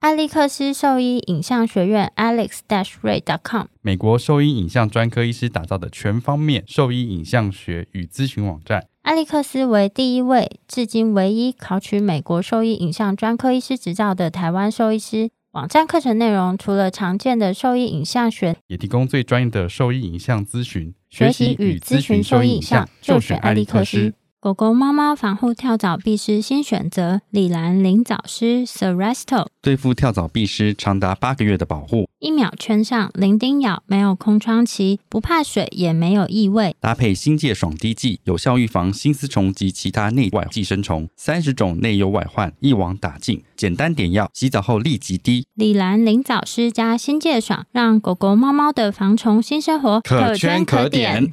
艾利克斯兽医影像学院 alex-ray.com 美国兽医影像专科医师打造的全方面兽医影像学与咨询网站。 艾利克斯为第一位至今唯一考取美国兽医影像专科医师执照的台湾兽医师。网站课程内容除了常见的兽医影像学， 也提供最专业的兽医影像咨询。 学习与咨询兽医影像就选艾利克斯。狗狗猫猫防护跳蚤必虱新选择李兰灵藻虱 Seresto， 对付跳蚤必虱长达8个月的保护 ，1秒圈上，零叮咬，没有空窗期，不怕水也没有异味， 搭配新界爽滴剂，有效预防新丝虫及其他内外寄生虫，30种内忧外患一网打尽，简单点药，洗澡后立即滴。 李兰灵藻虱加新界爽，让狗狗猫猫的防虫新生活可圈可点。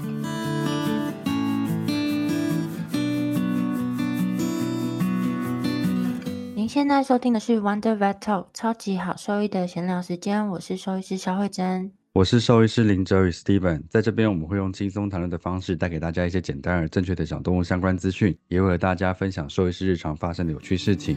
您现在收听的是 Wonder Vet Talk 超级好兽医的闲聊时间，我是兽医师肖慧珍， 我是兽医师林哲宇 Steven， 在这边我们会用轻松谈论的方式带给大家一些简单而正确的小动物相关资讯，也会和大家分享兽医师日常发生的有趣事情。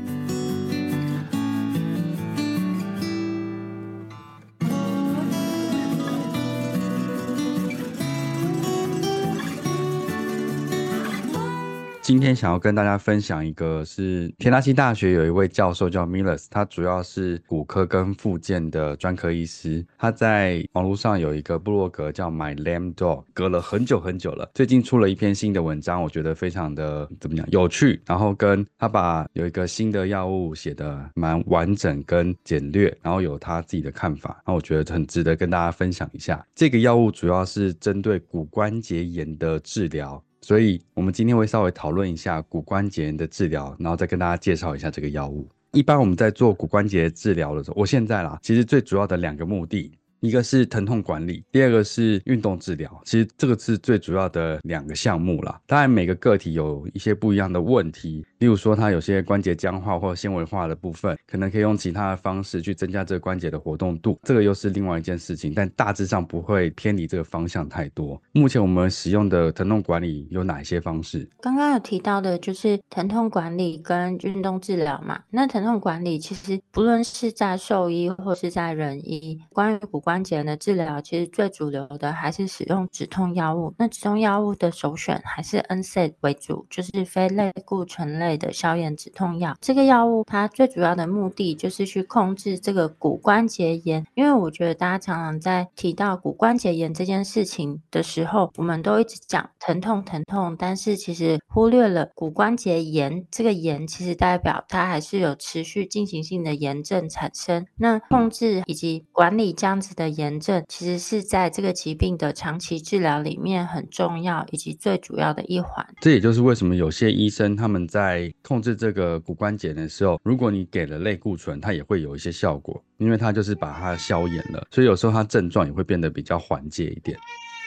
今天想要跟大家分享一个是田纳西大学有一位教授叫 Milas， 他主要是骨科跟复健的专科医师。他在网络上有一个部落格叫 My Lamb Dog， 隔了很久很久了，最近出了一篇新的文章，我觉得非常的有趣，然后跟他把有一个新的药物写得蛮完整跟简略，然后有他自己的看法，然后我觉得很值得跟大家分享一下。这个药物主要是针对骨关节炎的治疗，所以我们今天会稍微讨论一下骨关节炎的治疗，然后再跟大家介绍一下这个药物。一般我们在做骨关节治疗的时候，我现在啦，其实最主要的2个目的，一个是疼痛管理，第二个是运动治疗。其实这个是最主要的2个项目啦。当然每个个体有一些不一样的问题，例如说它有些关节僵化或纤维化的部分，可能可以用其他的方式去增加这个关节的活动度，这个又是另外一件事情，但大致上不会偏离这个方向太多。目前我们使用的疼痛管理有哪一些方式？ 刚刚有提到的就是疼痛管理跟运动治疗嘛。那疼痛管理其实不论是在兽医或是在人医，关于骨关节炎的治疗，其实最主流的还是使用止痛药物。那止痛药物的首选还是 NSAID 为主，就是非类固醇类的消炎止痛药。这个药物它最主要的目的就是去控制这个骨关节炎，因为我觉得大家常常在提到骨关节炎这件事情的时候，我们都一直讲疼痛，但是其实忽略了骨关节炎，这个炎其实代表它还是有持续进行性的炎症产生。那控制以及管理这样子的炎症，其实是在这个疾病的长期治疗里面很重要以及最主要的一环。 这也就是为什么有些医生他们在控制这个骨关节的时候，如果你给了类固醇，它也会有一些效果，因为它就是把它消炎了，所以有时候它症状也会变得比较缓解一点。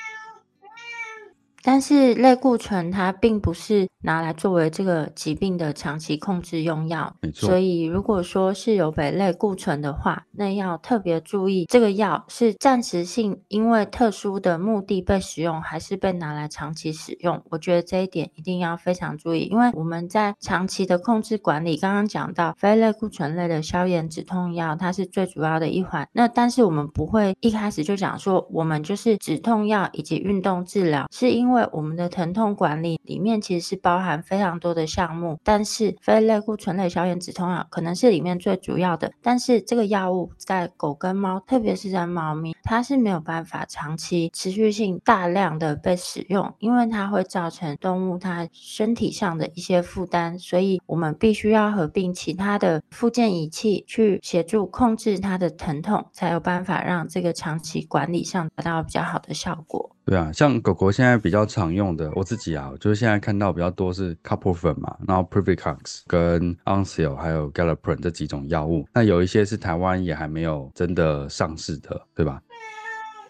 但是类固醇它并不是拿来作为这个疾病的长期控制用药， 没错。 所以如果说是有给类固醇的话，那要特别注意这个药是暂时性因为特殊的目的被使用，还是被拿来长期使用。我觉得这一点一定要非常注意，因为我们在长期的控制管理，刚刚讲到非类固醇类的消炎止痛药，它是最主要的一环。那但是我们不会一开始就讲说我们就是止痛药以及运动治疗，是因为我们的疼痛管理里面其实是包含非常多的项目，但是非类固醇类消炎止痛药可能是里面最主要的，但是这个药物在狗跟猫，特别是在猫咪，它是没有办法长期持续性大量的被使用，因为它会造成动物它身体上的一些负担，所以我们必须要合并其他的复健仪器去协助控制它的疼痛，才有办法让这个长期管理上达到比较好的效果。 对啊，像狗狗现在比较常用的，我自己啊，就是现在看到比较多是 Caprofen 嘛，然后 Privicox 跟 Onsil 还有 Galliprant 这几种药物，那有一些是台湾也还没有真的上市的，对吧？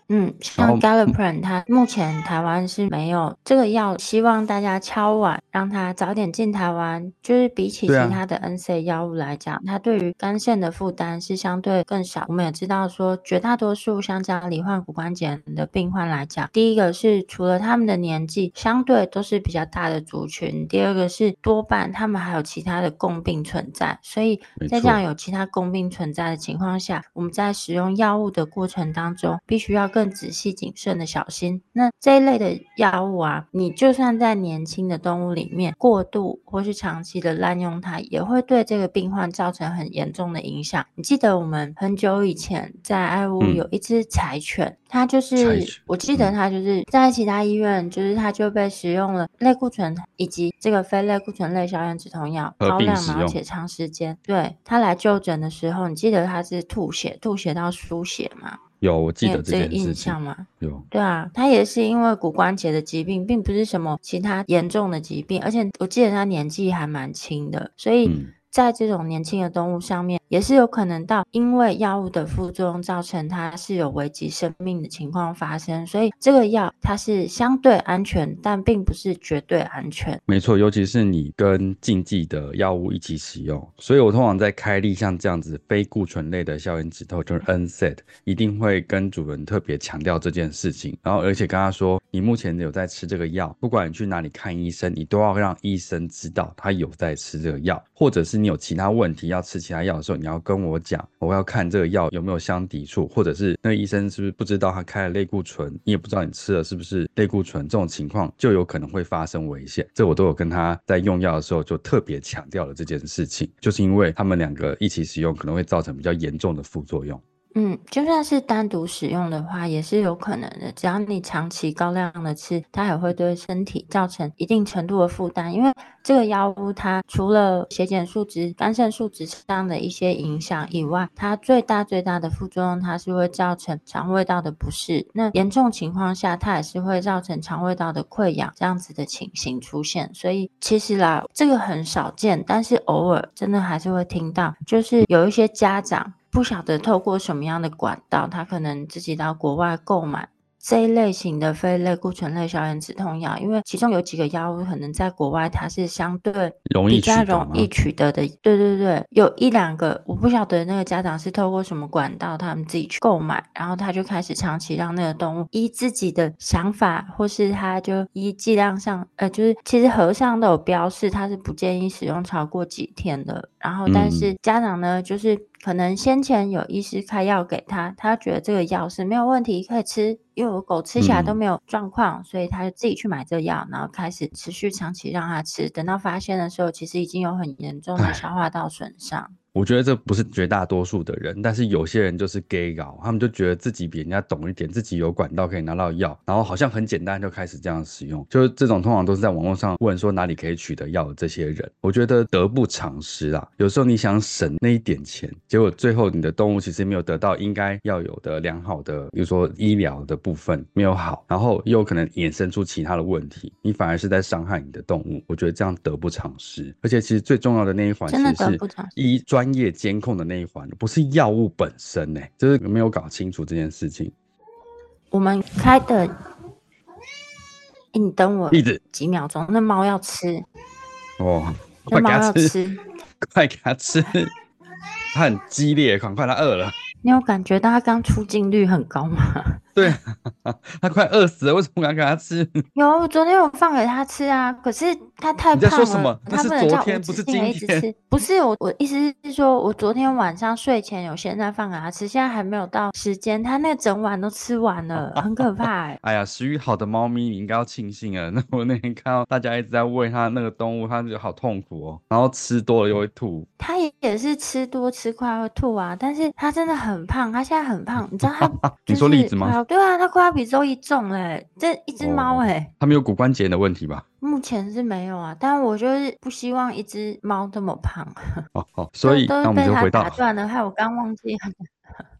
像 Galliprant 它目前台湾是没有这个药，希望大家敲碗让它早点进台湾，就是比起其他的 NSAID 药物来讲，它对于肝肾的负担是相对更少。我们也知道说绝大多数像这样罹患骨关节炎的病患来讲，第一个是除了他们的年纪相对都是比较大的族群，第二个是多半他们还有其他的共病存在，所以在这样有其他共病存在的情况下，我们在使用药物的过程当中必须要更仔细谨慎的小心。那这一类的药物啊，你就算在年轻的动物里面过度或是长期的滥用它，也会对这个病患造成很严重的影响。你记得我们很久以前在爱屋有一只柴犬，它就是我记得它就是在其他医院，就是它就被使用了类固醇以及这个非类固醇类消炎止痛药高量而且长时间。对，它来就诊的时候，你记得它是吐血到输血吗？ 有，我记得这个印象吗？ 有。 对啊，他也是因为骨关节的疾病，并不是什么其他严重的疾病，而且我记得他年纪还蛮轻的，所以在这种年轻的动物上面，也是有可能到因为药物的副作用造成它是有危及生命的情况发生，所以这个药它是相对安全，但并不是绝对安全。 没错，尤其是你跟禁忌的药物一起使用，所以我通常在开立像这样子非固醇类的消炎止痛，就是 NSAID， 一定会跟主人特别强调这件事情，然后而且跟他说，你目前有在吃这个药，不管你去哪里看医生，你都要让医生知道他有在吃这个药，或者是你有其他问题要吃其他药的时候，你要跟我讲，我要看这个药有没有相抵触，或者是那个医生是不是不知道他开了类固醇，你也不知道你吃了是不是类固醇，这种情况就有可能会发生危险。这我都有跟他在用药的时候就特别强调了这件事情，就是因为他们两个一起使用可能会造成比较严重的副作用。 就算是单独使用的话也是有可能的，只要你长期高量的吃，它也会对身体造成一定程度的负担，因为这个药物它除了血检数值、肝肾数值上的一些影响以外，它最大的副作用它是会造成肠胃道的不适，那严重情况下它也是会造成肠胃道的溃疡这样子的情形出现，所以其实啦这个很少见，但是偶尔真的还是会听到，就是有一些家长不晓得透过什么样的管道，他可能自己到国外购买这一类型的非类固醇类消炎止痛药，因为其中有几个药物可能在国外它是相对比较容易取得的。对，有一两个我不晓得那个家长是透过什么管道他们自己去购买，然后他就开始长期让那个动物依自己的想法，或是他就依剂量上就是其实盒上都有标示他是不建议使用超过几天的，然后但是家长呢就是可能先前有医师开药给他，他觉得这个药是没有问题可以吃，因为我狗吃起来都没有状况，所以他就自己去买这药，然后开始持续长期让他吃，等到发现的时候其实已经有很严重的消化道损伤。 我觉得这不是绝大多数的人，但是有些人就是 gay 搞，他们就觉得自己比人家懂一点，自己有管道可以拿到药，然后好像很简单就开始这样使用，就是这种通常都是在网络上问说哪里可以取得药的这些人，我觉得得不偿失啊。有时候你想省那一点钱，结果最后你的动物其实没有得到应该要有的良好的，比如说医疗的部分没有好，然后又有可能衍生出其他的问题，你反而是在伤害你的动物，我觉得这样得不偿失。而且其实最重要的那一环其实是专业监控的那一环，不是药物本身呢，就是没有搞清楚这件事情。 我们开的，你等我几秒钟，那猫要吃哦， 那猫要吃， 快给它吃，它很激烈，赶快，它饿了。 你有感觉到它刚出镜率很高吗？ 对，他快饿死了，为什么敢给他吃？ 有，我昨天有放给他吃啊，可是他太胖了。 你在说什么？ 他不能叫无止境的一直吃。不是我意思是说，我昨天晚上睡前有现在放给他吃，现在还没有到时间，他那整碗都吃完了，很可怕欸。 哎呀，食欲好的猫咪你应该要庆幸啊！那我那天看到大家一直在喂它那个动物，它就好痛苦哦，然后吃多了又会吐。 他也是吃多吃快会吐啊，但是他真的很胖，他现在很胖，你知道他、 你说栗子吗？ 对啊，他快要比周一重这一只猫他没有骨关节的问题吧？ 目前是没有啊，但我就是不希望一只猫这么胖。 所以那我们就回到都是被他打断了，害我刚忘记。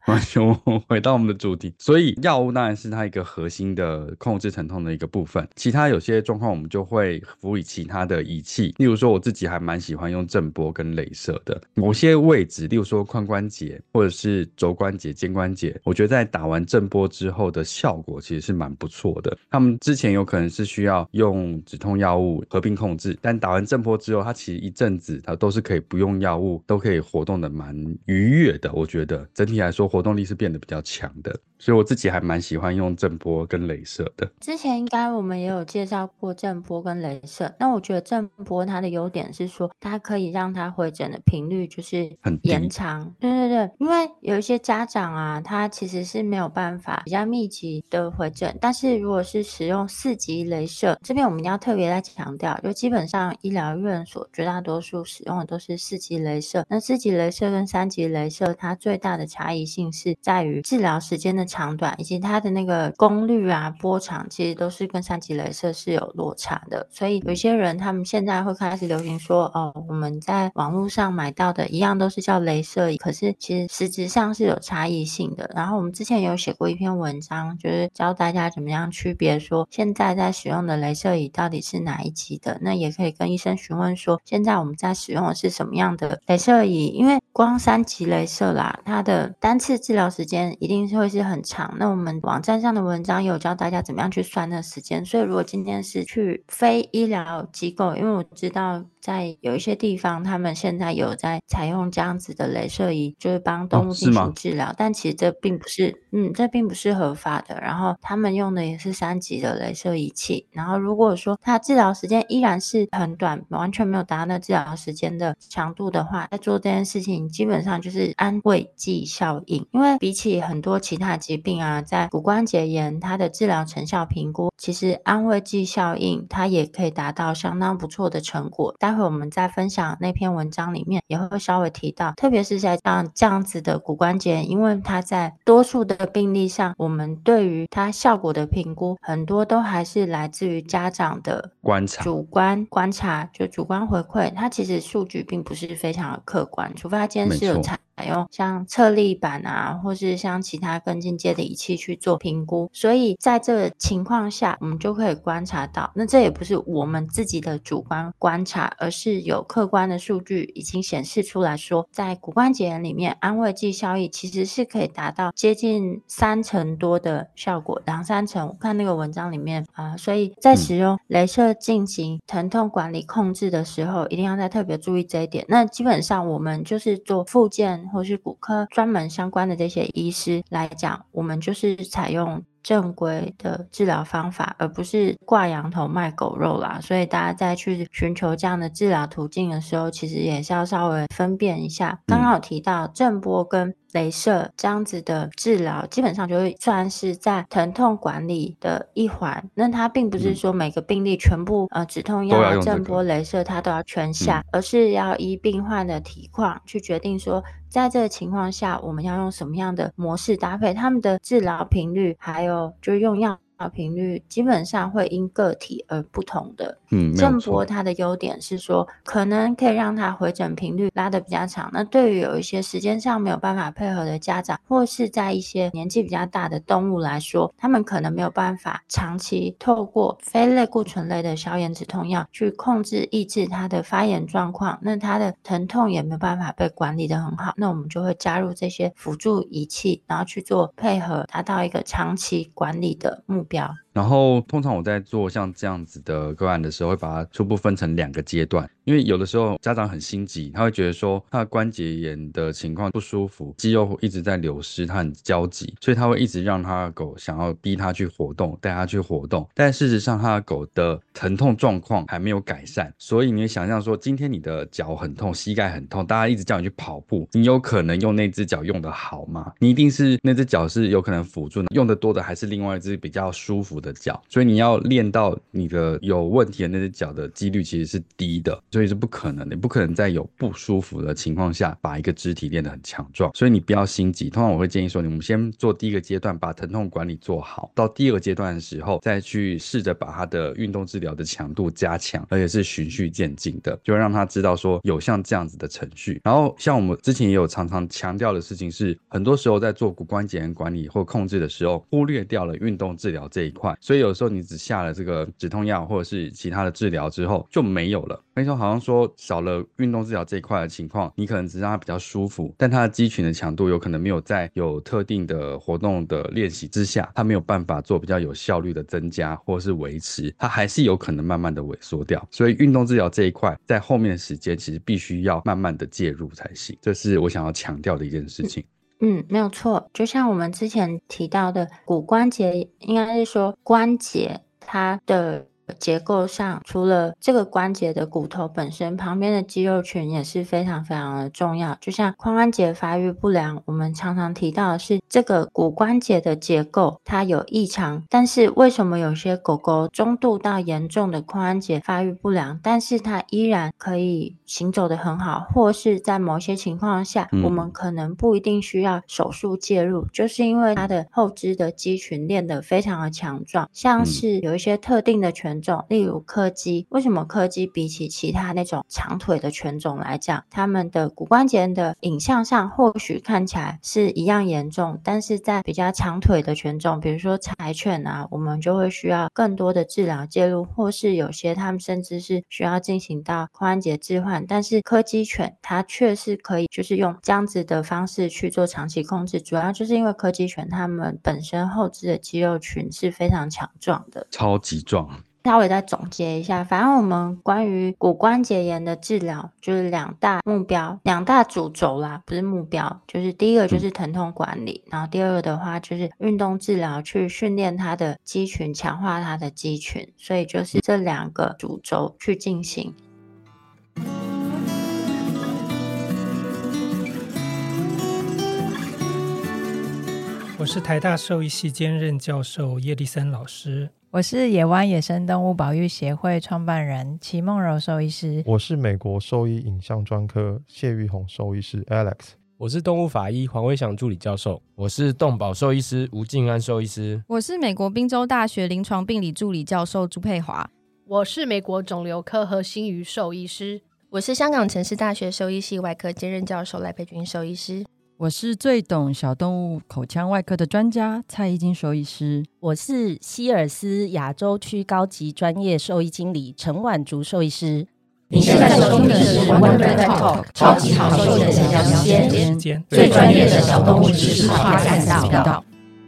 完全回到我们的主题，所以药物当然是它一个核心的控制疼痛的一个部分，其他有些状况我们就会辅以其他的仪器，例如说我自己还蛮喜欢用震波跟雷射的，某些位置，例如说髋关节或者是肘关节、肩关节，我觉得在打完震波之后的效果其实是蛮不错的。他们之前有可能是需要用止痛药物合并控制，但打完震波之后，它其实一阵子它都是可以不用药物，都可以活动的蛮愉悦的。我觉得整体来说活动力是变得比较强的，所以我自己还蛮喜欢用震波跟雷射的。 之前应该我们也有介绍过震波跟雷射，那我觉得震波它的优点是说，它可以让它回诊的频率就是很低延长。对对对，因为有一些家长啊，他其实是没有办法比较密集的回诊，但是如果是使用4级雷射，这边我们要特别再强调，就基本上医疗院所绝大多数使用的都是4级雷射。那4级雷射跟3级雷射，它最大的差异性是在于治疗时间的长短，以及它的那个功率啊、波长，其实都是跟3级雷射是有落差的。所以有些人他们现在会开始流行说，我们在网络上买到的一样都是叫雷射仪，可是其实实质上是有差异性的。然后我们之前有写过一篇文章，就是教大家怎么样区别说现在在使用的雷射仪到底是哪一级的，那也可以跟医生询问说现在我们在使用的是什么样的雷射仪，因为光3级雷射啦，它的单次治疗时间一定会是很长，那我们网站上的文章也有教大家怎么样去算那个时间，所以如果今天是去非医疗机构，因为我知道在有一些地方他们现在有在采用这样子的雷射仪，就是帮动物进行治疗，但其实这并不是合法的，然后他们用的也是3级的雷射仪器，然后如果说它治疗时间依然是很短，完全没有达到那治疗时间的强度的话，在做这件事情基本上就是安慰剂效应，因为比起很多其他疾病啊，在骨关节炎它的治疗成效评估，其实安慰剂效应它也可以达到相当不错的成果，待会我们在分享那篇文章里面也会稍微提到，特别是在这样子的骨关节炎，因为它在多数的病例上，我们对于它效果的评估很多都还是来自于家长的主观观察，就主观回馈，它其实数据并不是非常的客观，除非它今天是有采用像测力板啊，或是像其他更进阶的仪器去做评估，所以在这个情况下我们就可以观察到，那这也不是我们自己的主观观察，而是有客观的数据已经显示出来说，在骨关节炎里面安慰剂效益其实是可以达到接近30%多的效果，2-3成，我看那个文章里面所以在使用雷射进行疼痛管理控制的时候，一定要再特别注意这一点。那基本上我们就是做复健或是骨科专门相关的这些医师来讲，我们就是采用正规的治疗方法，而不是挂羊头卖狗肉啦，所以大家在去寻求这样的治疗途径的时候，其实也是要稍微分辨一下。刚刚有提到震波跟雷射这样子的治疗，基本上就会算是在疼痛管理的一环，那它并不是说每个病例全部止痛药、震波、雷射它都要全下，而是要依病患的体况去决定说在这个情况下我们要用什么样的模式搭配，他们的治疗频率还有就用药频率基本上会因个体而不同的。震波它的优点是说可能可以让它回诊频率拉得比较长，那对于有一些时间上没有办法配合的家长，或是在一些年纪比较大的动物来说，他们可能没有办法长期透过非类固醇类的消炎止痛药去控制抑制它的发炎状况，那它的疼痛也没有办法被管理得很好，那我们就会加入这些辅助仪器，然后去做配合，达到一个长期管理的目标。 然后通常我在做像这样子的个案的时候，会把它初步分成2个阶段，因为有的时候家长很心急，他会觉得说他的关节炎的情况不舒服，肌肉一直在流失，他很焦急，所以他会一直让他的狗想要逼他去活动，带他去活动，但事实上他的狗的疼痛状况还没有改善，所以你会想象说今天你的脚很痛，膝盖很痛，大家一直叫你去跑步，你有可能用那只脚用得好吗？你一定是那只脚是有可能辅助，用得多的还是另外一只比较舒服的的脚，所以你要练到你的有问题的那只脚的几率其实是低的，所以是不可能的，你不可能在有不舒服的情况下把一个肢体练得很强壮，所以你不要心急。通常我会建议说，你们先做第一个阶段，把疼痛管理做好，到第二个阶段的时候再去试着把他的运动治疗的强度加强，而且是循序渐进的，就让他知道说有像这样子的程序。然后像我们之前也有常常强调的事情是，很多时候在做骨关节炎管理或控制的时候忽略掉了运动治疗这一块，所以有时候你只下了这个止痛药或者是其他的治疗之后就没有了。那时候好像说少了运动治疗这一块的情况，你可能只让它比较舒服，但它的肌群的强度有可能没有在有特定的活动的练习之下，它没有办法做比较有效率的增加或是维持，它还是有可能慢慢的萎缩掉。所以运动治疗这一块在后面的时间其实必须要慢慢的介入才行，这是我想要强调的一件事情。 没有错，就像我们之前提到的骨关节，应该是说关节它的结构上，除了这个关节的骨头本身，旁边的肌肉群也是非常非常的重要。就像髋关节发育不良，我们常常提到的是这个骨关节的结构它有异常，但是为什么有些狗狗中度到严重的髋关节发育不良，但是它依然可以行走得很好，或是在某些情况下，我们可能不一定需要手术介入，就是因为它的后肢的肌群练得非常的强壮，像是有一些特定的犬种，例如柯基，为什么柯基比起其他那种长腿的犬种来讲，它们的骨关节的影像上或许看起来是一样严重，但是在比较长腿的犬种，比如说柴犬啊，我们就会需要更多的治疗介入，或是有些它们甚至是需要进行到髋关节置换，但是柯基犬它却是可以就是用这样子的方式去做长期控制，主要就是因为柯基犬它们本身后肢的肌肉群是非常强壮的， 超级壮。 稍微再总结一下，反正我们关于骨关节炎的治疗就是两大目标，两大主轴啦，不是目标，就是第一个就是疼痛管理，然后第二个的话就是运动治疗，去训练它的肌群，强化它的肌群，所以就是这两个主轴去进行。 我是台大兽医系兼任教授叶立森老师。 我是野湾野生动物保育协会创办人齐梦柔兽医师。 我是美国兽医影像专科谢玉红兽医师 Alex。 我是动物法医黄威祥助理教授。我是动保兽医师吴敬安兽医师。 我是美国宾州大学临床病理助理教授朱佩华。 我是美国肿瘤科何新瑜兽医师。 我是香港城市大学兽医系外科兼任教授赖佩君兽医师。 我是最懂小动物口腔外科的专家蔡依金兽医师。 我是希尔斯亚洲区高级专业兽医经理陈婉竹兽医师。 你现在收听的是 Wonder Talk 超级好兽医的闲聊时间，最专业的小动物知识化频道。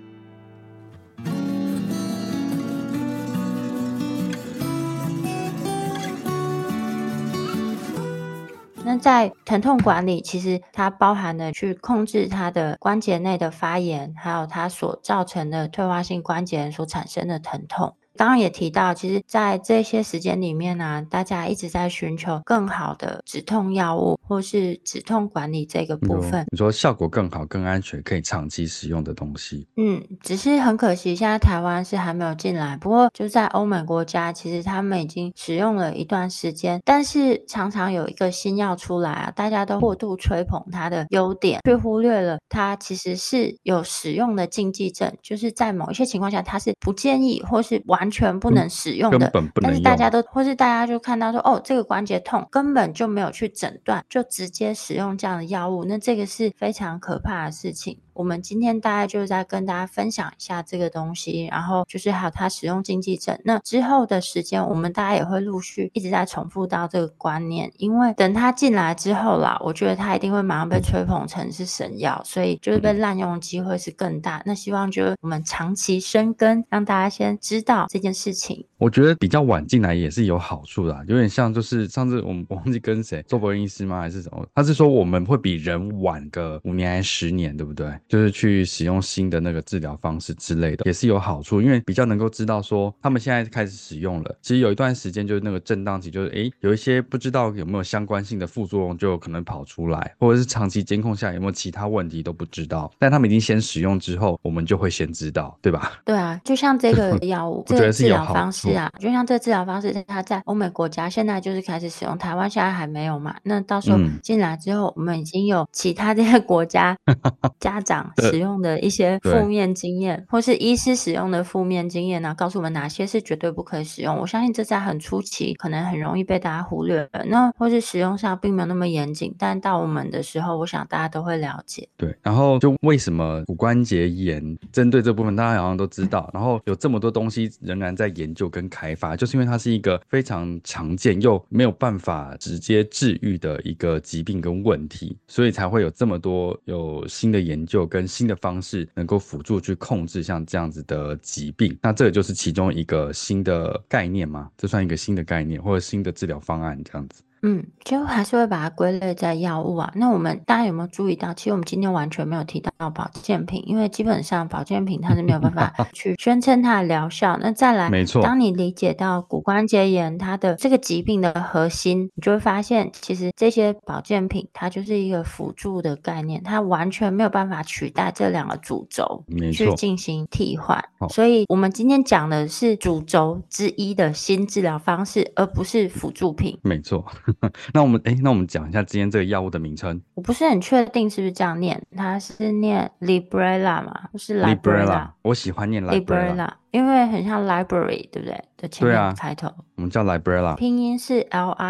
那在疼痛管理，其实它包含了去控制它的关节内的发炎，还有它所造成的退化性关节炎所产生的疼痛。刚刚也提到，其实在这些时间里面呢，大家一直在寻求更好的止痛药物或是止痛管理这个部分。 你说效果更好更安全可以长期使用的东西。 只是很可惜现在台湾是还没有进来，不过就在欧美国家其实他们已经使用了一段时间，但是常常有一个新药出来啊，大家都过度吹捧它的优点，却忽略了它其实是有使用的禁忌症，就是在某一些情况下它是不建议或是完全不能使用的， 根本不能用。 但是大家就看到说这个关节痛根本就没有去诊断，就直接使用这样的药物，那这个是非常可怕的事情。我们今天大概就是在跟大家分享一下这个东西，然后就是还有它使用禁忌症。那之后的时间我们大家也会陆续一直在重复到这个观念，因为等它进来之后啦，我觉得它一定会马上被吹捧成是神药，所以就是被滥用的机会是更大。那希望就是我们长期深耕，让大家先知道这件事情。 我觉得比较晚进来也是有好处的，有点像就是上次我忘记跟谁，周伯恩医师吗还是什么，他是说我们会比人晚个5年还是10年，对不对？就是去使用新的那个治疗方式之类的，也是有好处，因为比较能够知道说他们现在开始使用了，其实有一段时间就是那个震荡期，就是有一些不知道有没有相关性的副作用就可能跑出来，或者是长期监控下有没有其他问题都不知道，但他们已经先使用之后，我们就会先知道，对吧？ 对啊，就像这个药物，这个治疗方式啊，就像这个治疗方式，它在欧美国家现在就是开始使用，台湾现在还没有嘛。那到时候进来之后，我们已经有其他这些国家家长使用的一些负面经验，或是医师使用的负面经验呢，告诉我们哪些是绝对不可以使用。我相信这在很初期可能很容易被大家忽略了，那或是使用上并没有那么严谨，但到我们的时候，我想大家都会了解。 对，然后就为什么骨关节炎针对这部分大家好像都知道，然后有这么多东西仍然在研究跟开发，就是因为它是一个非常常见又没有办法直接治愈的一个疾病跟问题，所以才会有这么多有新的研究跟新的方式能够辅助去控制像这样子的疾病。那这个就是其中一个新的概念吗？这算一个新的概念或者新的治疗方案这样子。 就还是会把它归类在药物啊。那我们大家有没有注意到，其实我们今天完全没有提到保健品，因为基本上保健品它是没有办法去宣称它的疗效。那再来， 没错， 当你理解到骨关节炎它的这个疾病的核心，你就会发现其实这些保健品它就是一个辅助的概念，它完全没有办法取代这两个主轴去进行替换。所以我们今天讲的是主轴之一的新治疗方式，而不是辅助品。 没错。那我们讲一下今天这个药物的名称。 我不是很确定是不是这样念，它是念 Librela 吗？不是 Librela， 我喜欢念 Librela， 因为很像 library， 对不对？的前面开头。 我们叫 Librela， 拼音是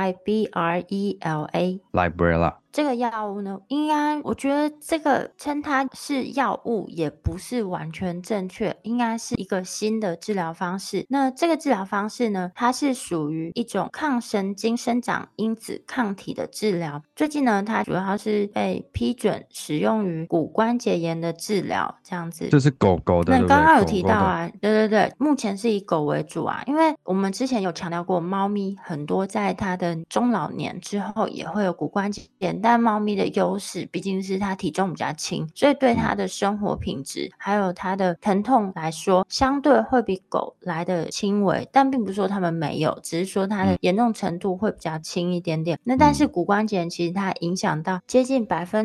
Librela。这个药物呢，应该我觉得这个称它是药物也不是完全正确，应该是一个新的治疗方式。那这个治疗方式呢，它是属于一种抗神经生长因子抗体的治疗。最近呢，它主要是被批准使用于骨关节炎的治疗，这样子。 这是狗狗的， 那刚刚有提到啊，对，目前是以狗为主啊，因为我们之前有强调过，猫咪很多在它的中老年之后也会有骨关节炎，但猫咪的优势毕竟是它体重比较轻，所以对它的生活品质还有它的疼痛来说，相对会比狗来的轻微，但并不是说它们没有，只是说它的严重程度会比较轻一点点。那但是骨关节炎其实它影响到接近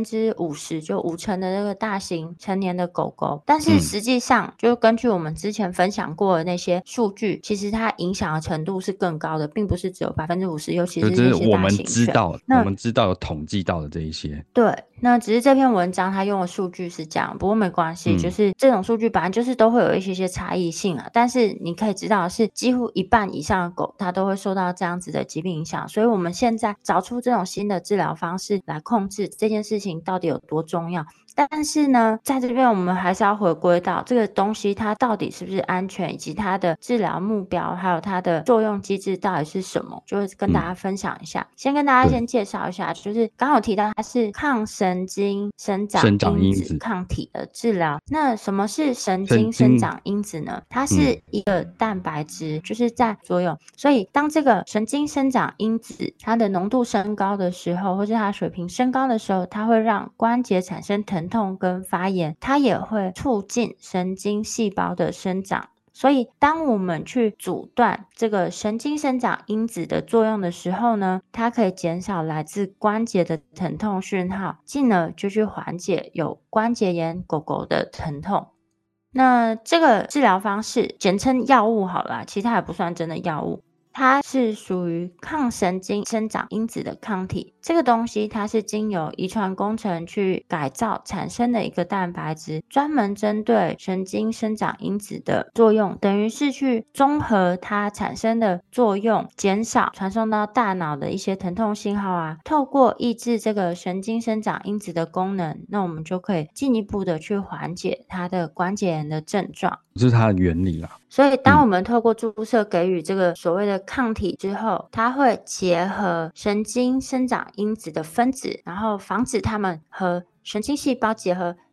50%，就50%的那个大型成年的狗狗，但是实际上就根据我们之前分享过的那些数据，其实它影响的程度是更高的，并不是只有50%，尤其是那些大型犬。 我们知道有统计到的这一些。 对，那只是这篇文章它用的数据是这样，不过没关系，就是这种数据本来就是都会有一些差异性啊。但是你可以知道的是，几乎1半以上的狗它都会受到这样子的疾病影响，所以我们现在找出这种新的治疗方式来控制这件事情到底有多重要。但是呢，在这边我们还是要回归到这个东西它到底是不是安全，以及它的治疗目标还有它的作用机制到底是什么，就会跟大家分享一下。先跟大家先介绍一下，就是刚好提到它是抗神经生长因子抗体的治疗。那什么是神经生长因子呢？它是一个蛋白质，就是在作用。所以当这个神经生长因子它的浓度升高的时候，或是它的水平升高的时候，它会让关节产生疼痛跟发炎，它也会促进神经细胞的生长。所以当我们去阻断这个神经生长因子的作用的时候呢，它可以减少来自关节的疼痛讯号，进而就去缓解有关节炎狗狗的疼痛。那这个治疗方式简称药物好了，其实它也不算真的药物，它是属于抗神经生长因子的抗体。这个东西它是经由遗传工程去改造产生的一个蛋白质，专门针对神经生长因子的作用，等于是去综合它产生的作用，减少传送到大脑的一些疼痛信号啊，透过抑制这个神经生长因子的功能，那我们就可以进一步的去缓解它的关节炎的症状。 这是它的原理啦。 所以当我们透过注射给予这个所谓的抗体之后，它会结合神经生长因子的分子，然后防止它们和神经细胞结合，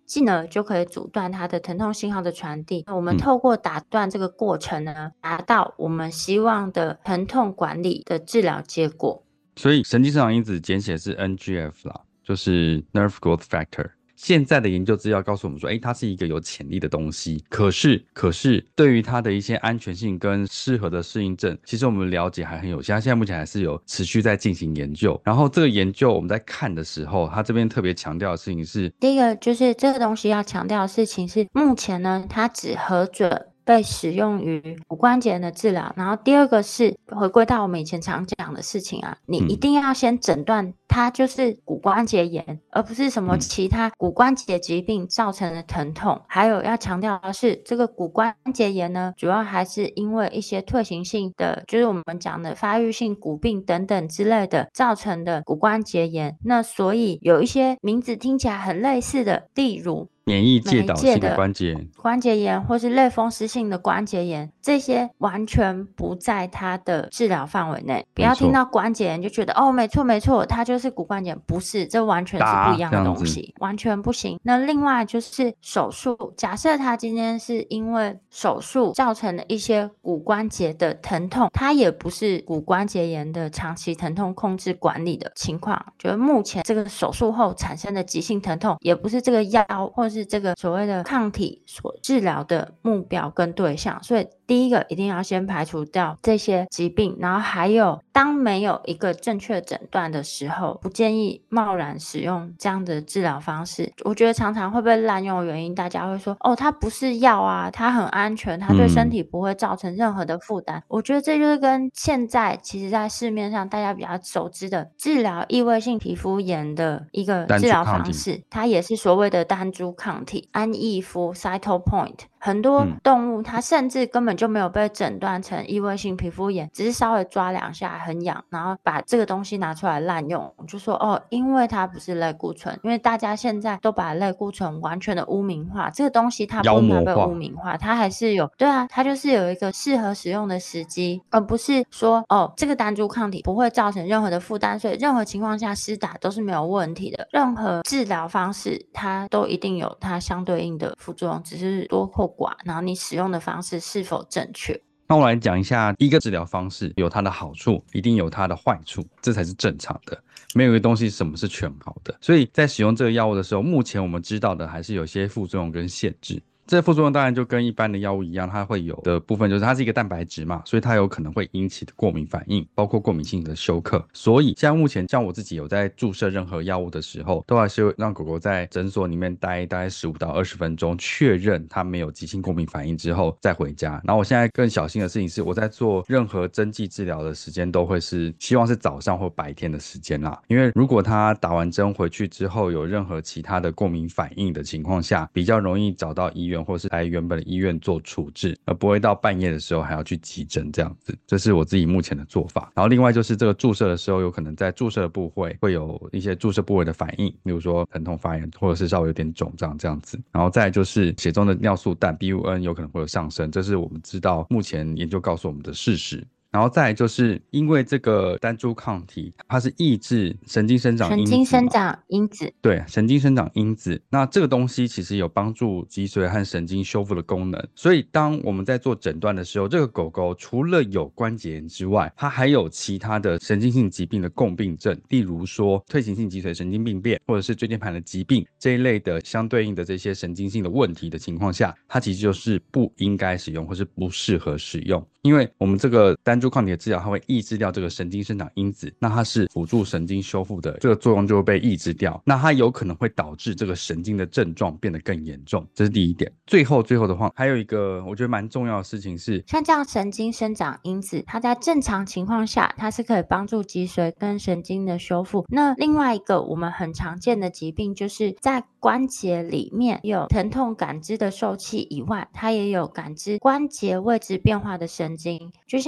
进而就可以阻断它的疼痛信号的传递。我们透过打断这个过程呢，达到我们希望的疼痛管理的治疗结果。 所以神经生长因子简写是 NGF 啦，就是 Nerve Growth Factor。现在的研究资料告诉我们说，它是一个有潜力的东西。可是对于它的一些安全性跟适合的适应症，其实我们了解还很有限。它现在目前还是有持续在进行研究。然后这个研究我们在看的时候，它这边特别强调的事情是， 第一个就是这个东西要强调的事情是，目前呢它只核准被使用于骨关节炎的治疗。然后第二个是回归到我们以前常讲的事情啊，你一定要先诊断它就是骨关节炎，而不是什么其他骨关节疾病造成的疼痛。还有要强调的是，这个骨关节炎呢，主要还是因为一些退行性的，就是我们讲的发育性骨病等等之类的造成的骨关节炎。那所以有一些名字听起来很类似的，例如免疫介导性的关节炎或是类风湿性的关节炎，这些完全不在它的治疗范围内。不要听到关节炎就觉得没错它就是骨关节炎，不是，这完全是不一样的东西，完全不行。那另外就是手术，假设他今天是因为手术造成了一些骨关节的疼痛，它也不是骨关节炎的长期疼痛控制管理的情况，就是目前这个手术后产生的急性疼痛也不是这个药或是这个所谓的抗体所治疗的目标跟对象。所以第一个一定要先排除掉这些疾病。然后还有，当没有一个正确诊断的时候，不建议贸然使用这样的治疗方式。我觉得常常会被滥用的原因，大家会说它不是药啊，它很安全，它对身体不会造成任何的负担。我觉得这就是跟现在其实在市面上大家比较熟知的治疗异位性皮肤炎的一个治疗方式，它也是所谓的单株抗体安益肤 Cytopoint。很多动物它甚至根本就没有被诊断成异位性皮肤炎，只是稍微抓两下很痒，然后把这个东西拿出来滥用，就说因为它不是类固醇。因为大家现在都把类固醇完全的污名化，这个东西它不能被污名化，它还是有，对啊，它就是有一个适合使用的时机，而不是说这个单株抗体不会造成任何的负担，所以任何情况下施打都是没有问题的。任何治疗方式它都一定有它相对应的副作用，只是多或寡，然后你使用的方式是否正确。 那我来讲一下，一个治疗方式有它的好处，一定有它的坏处，这才是正常的。没有一个东西什么是全好的，所以在使用这个药物的时候，目前我们知道的还是有些副作用跟限制。这些副作用当然就跟一般的药物一样，它会有的部分就是它是一个蛋白质嘛，所以它有可能会引起的过敏反应，包括过敏性的休克。所以像目前像我自己有在注射任何药物的时候，都还是让狗狗在诊所里面待大概15到20分钟，确认它没有急性过敏反应之后再回家。然后我现在更小心的事情是，我在做任何针剂治疗的时间都会是希望是早上或白天的时间啦，因为如果它打完针回去之后有任何其他的过敏反应的情况下，比较容易找到医院或是来原本的医院做处置，而不会到半夜的时候还要去急诊这样子。这是我自己目前的做法。然后另外就是这个注射的时候，有可能在注射的部位会有一些注射部位的反应，例如说疼痛发炎或者是稍微有点肿胀这样子。然后再来就是血中的尿素氮 BUN 有可能会有上升，这是我们知道目前研究告诉我们的事实。然后再来就是因为这个单株抗体它是抑制神经生长因子，对，神经生长因子，那这个东西其实有帮助脊髓和神经修复的功能。所以当我们在做诊断的时候，这个狗狗除了有关节炎之外，它还有其他的神经性疾病的共病症，例如说退行性脊髓神经病变或者是椎间盘的疾病这一类的相对应的这些神经性的问题的情况下，它其实就是不应该使用或是不适合使用。因为我们这个单株抗体的治疗，它会抑制掉这个神经生长因子，那它是辅助神经修复的，这个作用就会被抑制掉，那它有可能会导致这个神经的症状变得更严重，这是第一点。最后的话，还有一个我觉得蛮重要的事情是， 像这样神经生长因子，它在正常情况下，它是可以帮助脊髓跟神经的修复。那另外一个我们很常见的疾病，就是在关节里面有疼痛感知的受器以外，它也有感知关节位置变化的神经。就像之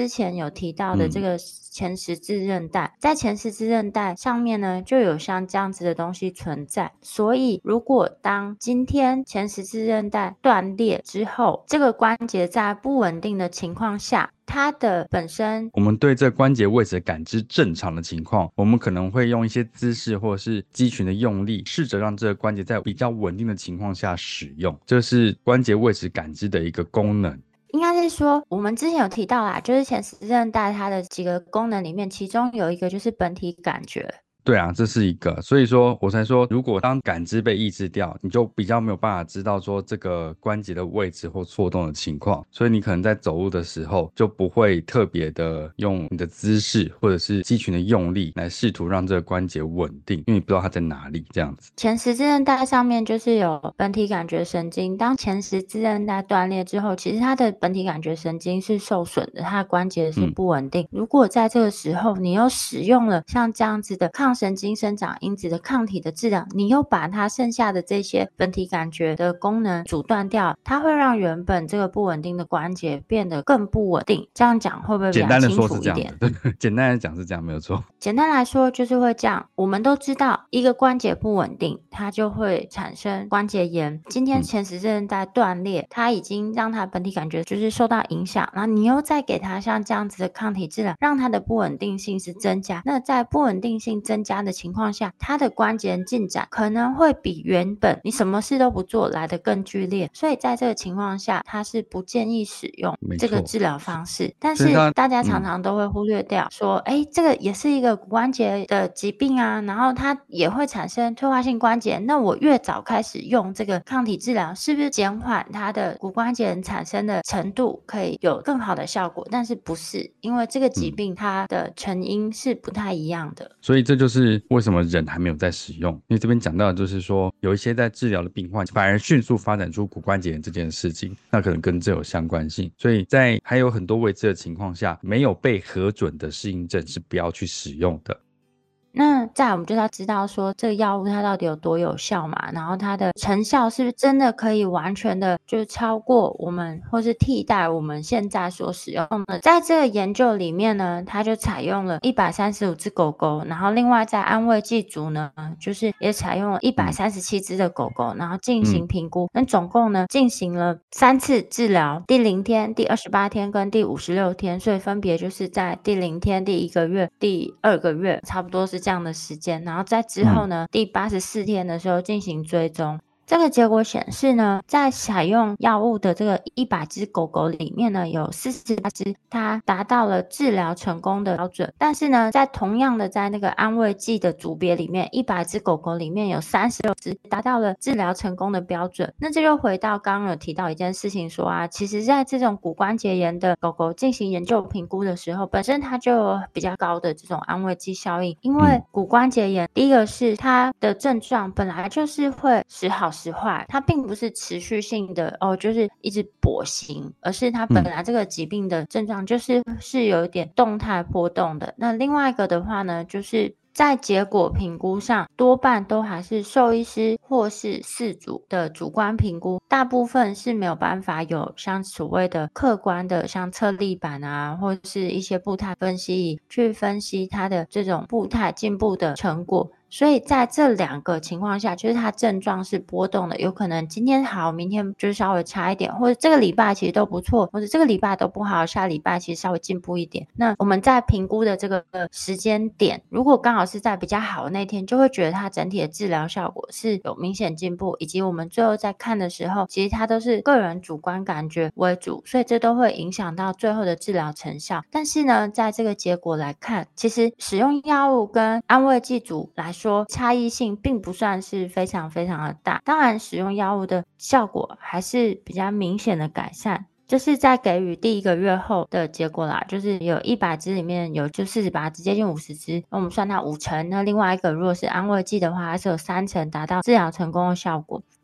之前有提到的这个前十字韧带，在前十字韧带上面呢就有像这样子的东西存在，所以如果当今天前十字韧带断裂之后，这个关节在不稳定的情况下，它的本身我们对这关节位置的感知正常的情况，我们可能会用一些姿势或者是肌群的用力，试着让这个关节在比较稳定的情况下使用，这是关节位置感知的一个功能。 应该是说我们之前有提到啦，就是前十字韧带它的几个功能里面，其中有一个就是本体感觉。 对啊，这是一个，所以说我才说，如果当感知被抑制掉，你就比较没有办法知道说这个关节的位置或错动的情况，所以你可能在走路的时候就不会特别的用你的姿势或者是肌群的用力来试图让这个关节稳定，因为你不知道它在哪里这样子。 前十字韧带上面就是有本体感觉神经，当前十字韧带断裂之后，其实它的本体感觉神经是受损的，它的关节是不稳定。如果在这个时候你又使用了像这样子的抗神经生长因子的抗体的治疗，你又把它剩下的这些本体感觉的功能阻断掉，它会让原本这个不稳定的关节变得更不稳定。这样讲会不会比较清楚一点？ 简单来讲是这样，没有错。 简单来说就是会这样，我们都知道一个关节不稳定，它就会产生关节炎。今天前十字韧带断裂，它已经让它本体感觉就是受到影响，然后你又再给它像这样子的抗体治疗，让它的不稳定性是增加。那在不稳定性增加的情况下，它的关节进展可能会比原本你什么事都不做来得更剧烈，所以在这个情况下，它是不建议使用这个治疗方式。但是大家常常都会忽略掉说，这个也是一个骨关节的疾病啊，然后它也会产生退化性关节，那我越早开始用这个抗体治疗，是不是减缓它的骨关节炎产生的程度可以有更好的效果？但是不是，因为这个疾病它的成因是不太一样的。 所以这就是为什么人还没有在使用，因为这边讲到的就是说，有一些在治疗的病患反而迅速发展出骨关节炎这件事情，那可能跟这有相关性。所以在还有很多未知的情况下，没有被核准的适应症是不要去使用的。 那再来我们就要知道说这个药物它到底有多有效嘛，然后它的成效是不是真的可以完全的就超过我们或是替代我们现在所使用的。在这个研究里面呢，它就采用了135只狗狗，然后另外在安慰剂组呢就是也采用了137只的狗狗，然后进行评估。那总共呢进行了3次治疗，第0天、第28天跟第56天，所以分别就是在第0天、第1个月、第2个月，差不多是这样的时间，然后在之后呢第84天的时候进行追踪。这个结果显示呢，在采用药物的这个100只狗狗里面呢，有48只它达到了治疗成功的标准，但是呢，在同样的在那个安慰剂的组别里面，100只狗狗里面有36只达到了治疗成功的标准。那这就回到刚刚有提到一件事情说啊，其实在这种骨关节炎的狗狗进行研究评估的时候，本身它就有比较高的这种安慰剂效应，因为骨关节炎第一个是它的症状本来就是会时好时坏，它并不是持续性的就是一直跛行，而是它本来这个疾病的症状就是有一点动态波动的。那另外一个的话呢，就是在结果评估上多半都还是兽医师或是饲主的主观评估，大部分是没有办法有像所谓的客观的像测力板啊，或是一些步态分析仪去分析它的这种步态进步的成果。所以在这2个情况下，就是它症状是波动的，有可能今天好，明天就稍微差一点，或者这个礼拜其实都不错，或者这个礼拜都不好，下礼拜其实稍微进步一点。那我们在评估的这个时间点，如果刚好是在比较好的那天，就会觉得它整体的治疗效果是有明显进步，以及我们最后在看的时候，其实它都是个人主观感觉为主，所以这都会影响到最后的治疗成效。但是呢，在这个结果来看，其实使用药物跟安慰剂组来说差异性并不算是非常非常的大，当然使用药物的效果还是比较明显的改善。这是在给予第1个月后的结果啦，就是有100只里面有就48只，接近50只，那我们算它5成。那另外一个如果是安慰剂的话，它是有3成达到治疗成功的效果。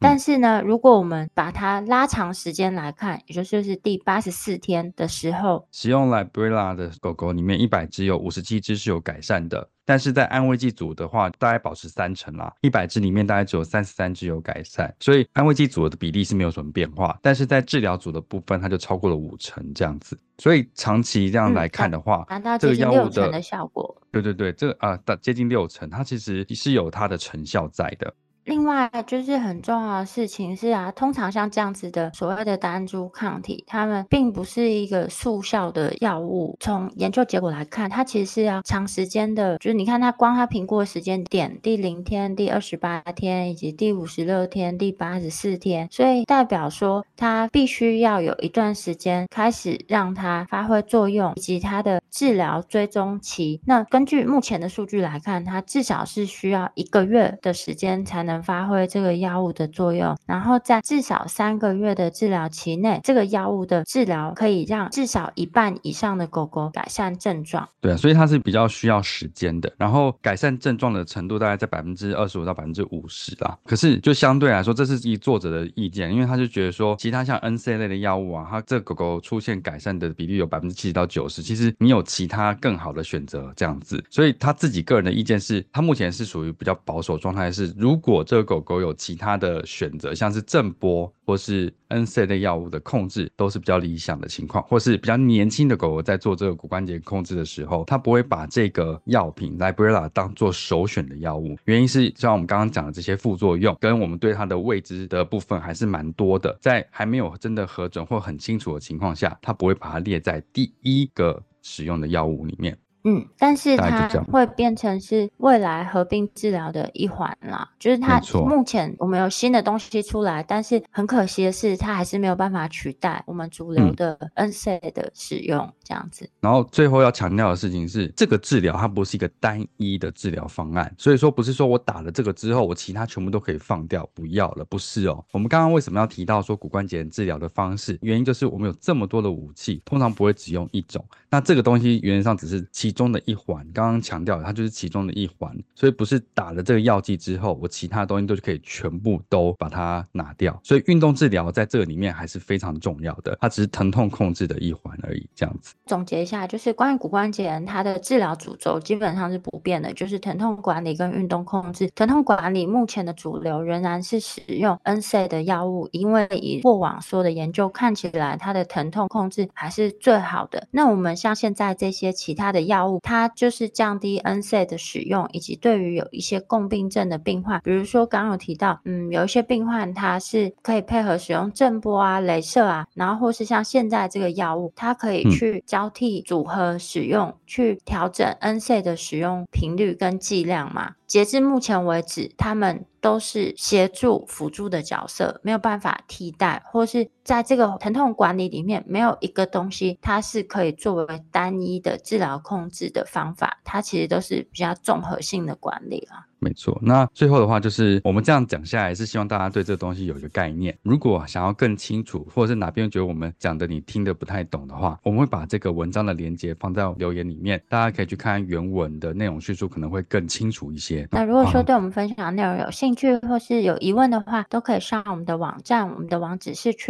但是呢，如果我们把它拉长时间来看，也就是第84天的时候， 使用 Librela 的狗狗里面100只有57只是有改善的，但是在安慰剂组的话大概保持30%啦，100只里面大概只有33只有改善，所以安慰剂组的比例是没有什么变化，但是在治疗组的部分它就超过了50%这样子，所以长期这样来看的话， 达到这个接近药物 60%的效果。 对，这个接近60%，它其实是有它的成效在的。 另外就是很重要的事情是通常像这样子的所谓的单株抗体，它们并不是一个速效的药物，从研究结果来看，它其实是要长时间的，就是你看它光它评估的时间点，第0天、第28天以及第56天、第84天，所以代表说它必须要有一段时间开始让它发挥作用，以及它的治疗追踪期。那根据目前的数据来看，它至少是需要1个月的时间才能发挥这个药物的作用，然后在至少3个月的治疗期内，这个药物的治疗可以让至少1半以上的狗狗改善症状。 对，所以它是比较需要时间的，然后改善症状的程度大概在25%到50%啦。可是就相对来说，这是以作者的意见，因为他就觉得说，其他像 NSAID 类的药物它这个狗狗出现改善的比例有70%到90%，其实你有其他更好的选择这样子。所以他自己个人的意见是，他目前是属于比较保守状态，是如果这个狗狗有其他的选择，像是震波或是 NSAID 类药物的控制，都是比较理想的情况，或是比较年轻的狗狗在做这个骨关节控制的时候，他不会把这个药品 Librela 当做首选的药物，原因是像我们刚刚讲的这些副作用跟我们对它的未知的部分还是蛮多的，在还没有真的核准或很清楚的情况下，他不会把它列在第一个使用的药物里面。 但是它会变成是未来合并治疗的一环啦，就是它目前我们有新的东西出来，但是很可惜的是它还是没有办法取代我们主流的 NSAID 的使用这样子。 然后最后要强调的事情是，这个治疗它不是一个单一的治疗方案，所以说不是说我打了这个之后我其他全部都可以放掉不要了，不是哦。我们刚刚为什么要提到说骨关节治疗的方式，原因就是我们有这么多的武器，通常不会只用一种，那这个东西原则上只是其中的一环，刚刚强调它就是其中的一环，所以不是打了这个药剂之后我其他的东西都可以全部都把它拿掉，所以运动治疗在这个里面还是非常重要的，它只是疼痛控制的一环而已这样子。 总结一下，就是关于骨关节炎它的治疗主轴基本上是不变的，就是疼痛管理跟运动控制。疼痛管理目前的主流仍然是使用 NSAID 的药物，因为以过往所有的研究看起来它的疼痛控制还是最好的。那我们像现在这些其他的药物，它就是降低 NSAID 的使用，以及对于有一些共病症的病患，比如说刚刚有提到有一些病患它是可以配合使用震波啊、雷射啊，然后或是像现在这个药物它可以去交替组合使用，去调整 NSAID 的使用频率跟剂量嘛。截至目前为止，他们都是协助辅助的角色，没有办法替代，或是在这个疼痛管理里面没有一个东西它是可以作为单一的治疗控制的方法，它其实都是比较综合性的管理啦。 没错，那最后的话就是我们这样讲下来是希望大家对这个东西有一个概念，如果想要更清楚或者是哪边觉得我们讲的你听得不太懂的话，我们会把这个文章的连结放在留言里面，大家可以去看原文的内容叙述，可能会更清楚一些。 那如果说对我们分享的内容有兴趣或是有疑问的话，都可以上我们的网站，我们的网址是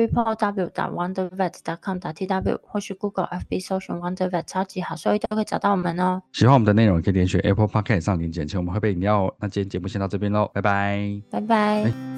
www.wondervet.com.tw 或是 Google FB 搜寻 Wondervet 超级好兽医都可以找到我们哦。 喜欢我们的内容可以点选 Apple Podcast 上连结，请我们会被饮料。那今天节目先到这边咯，拜拜。 拜拜。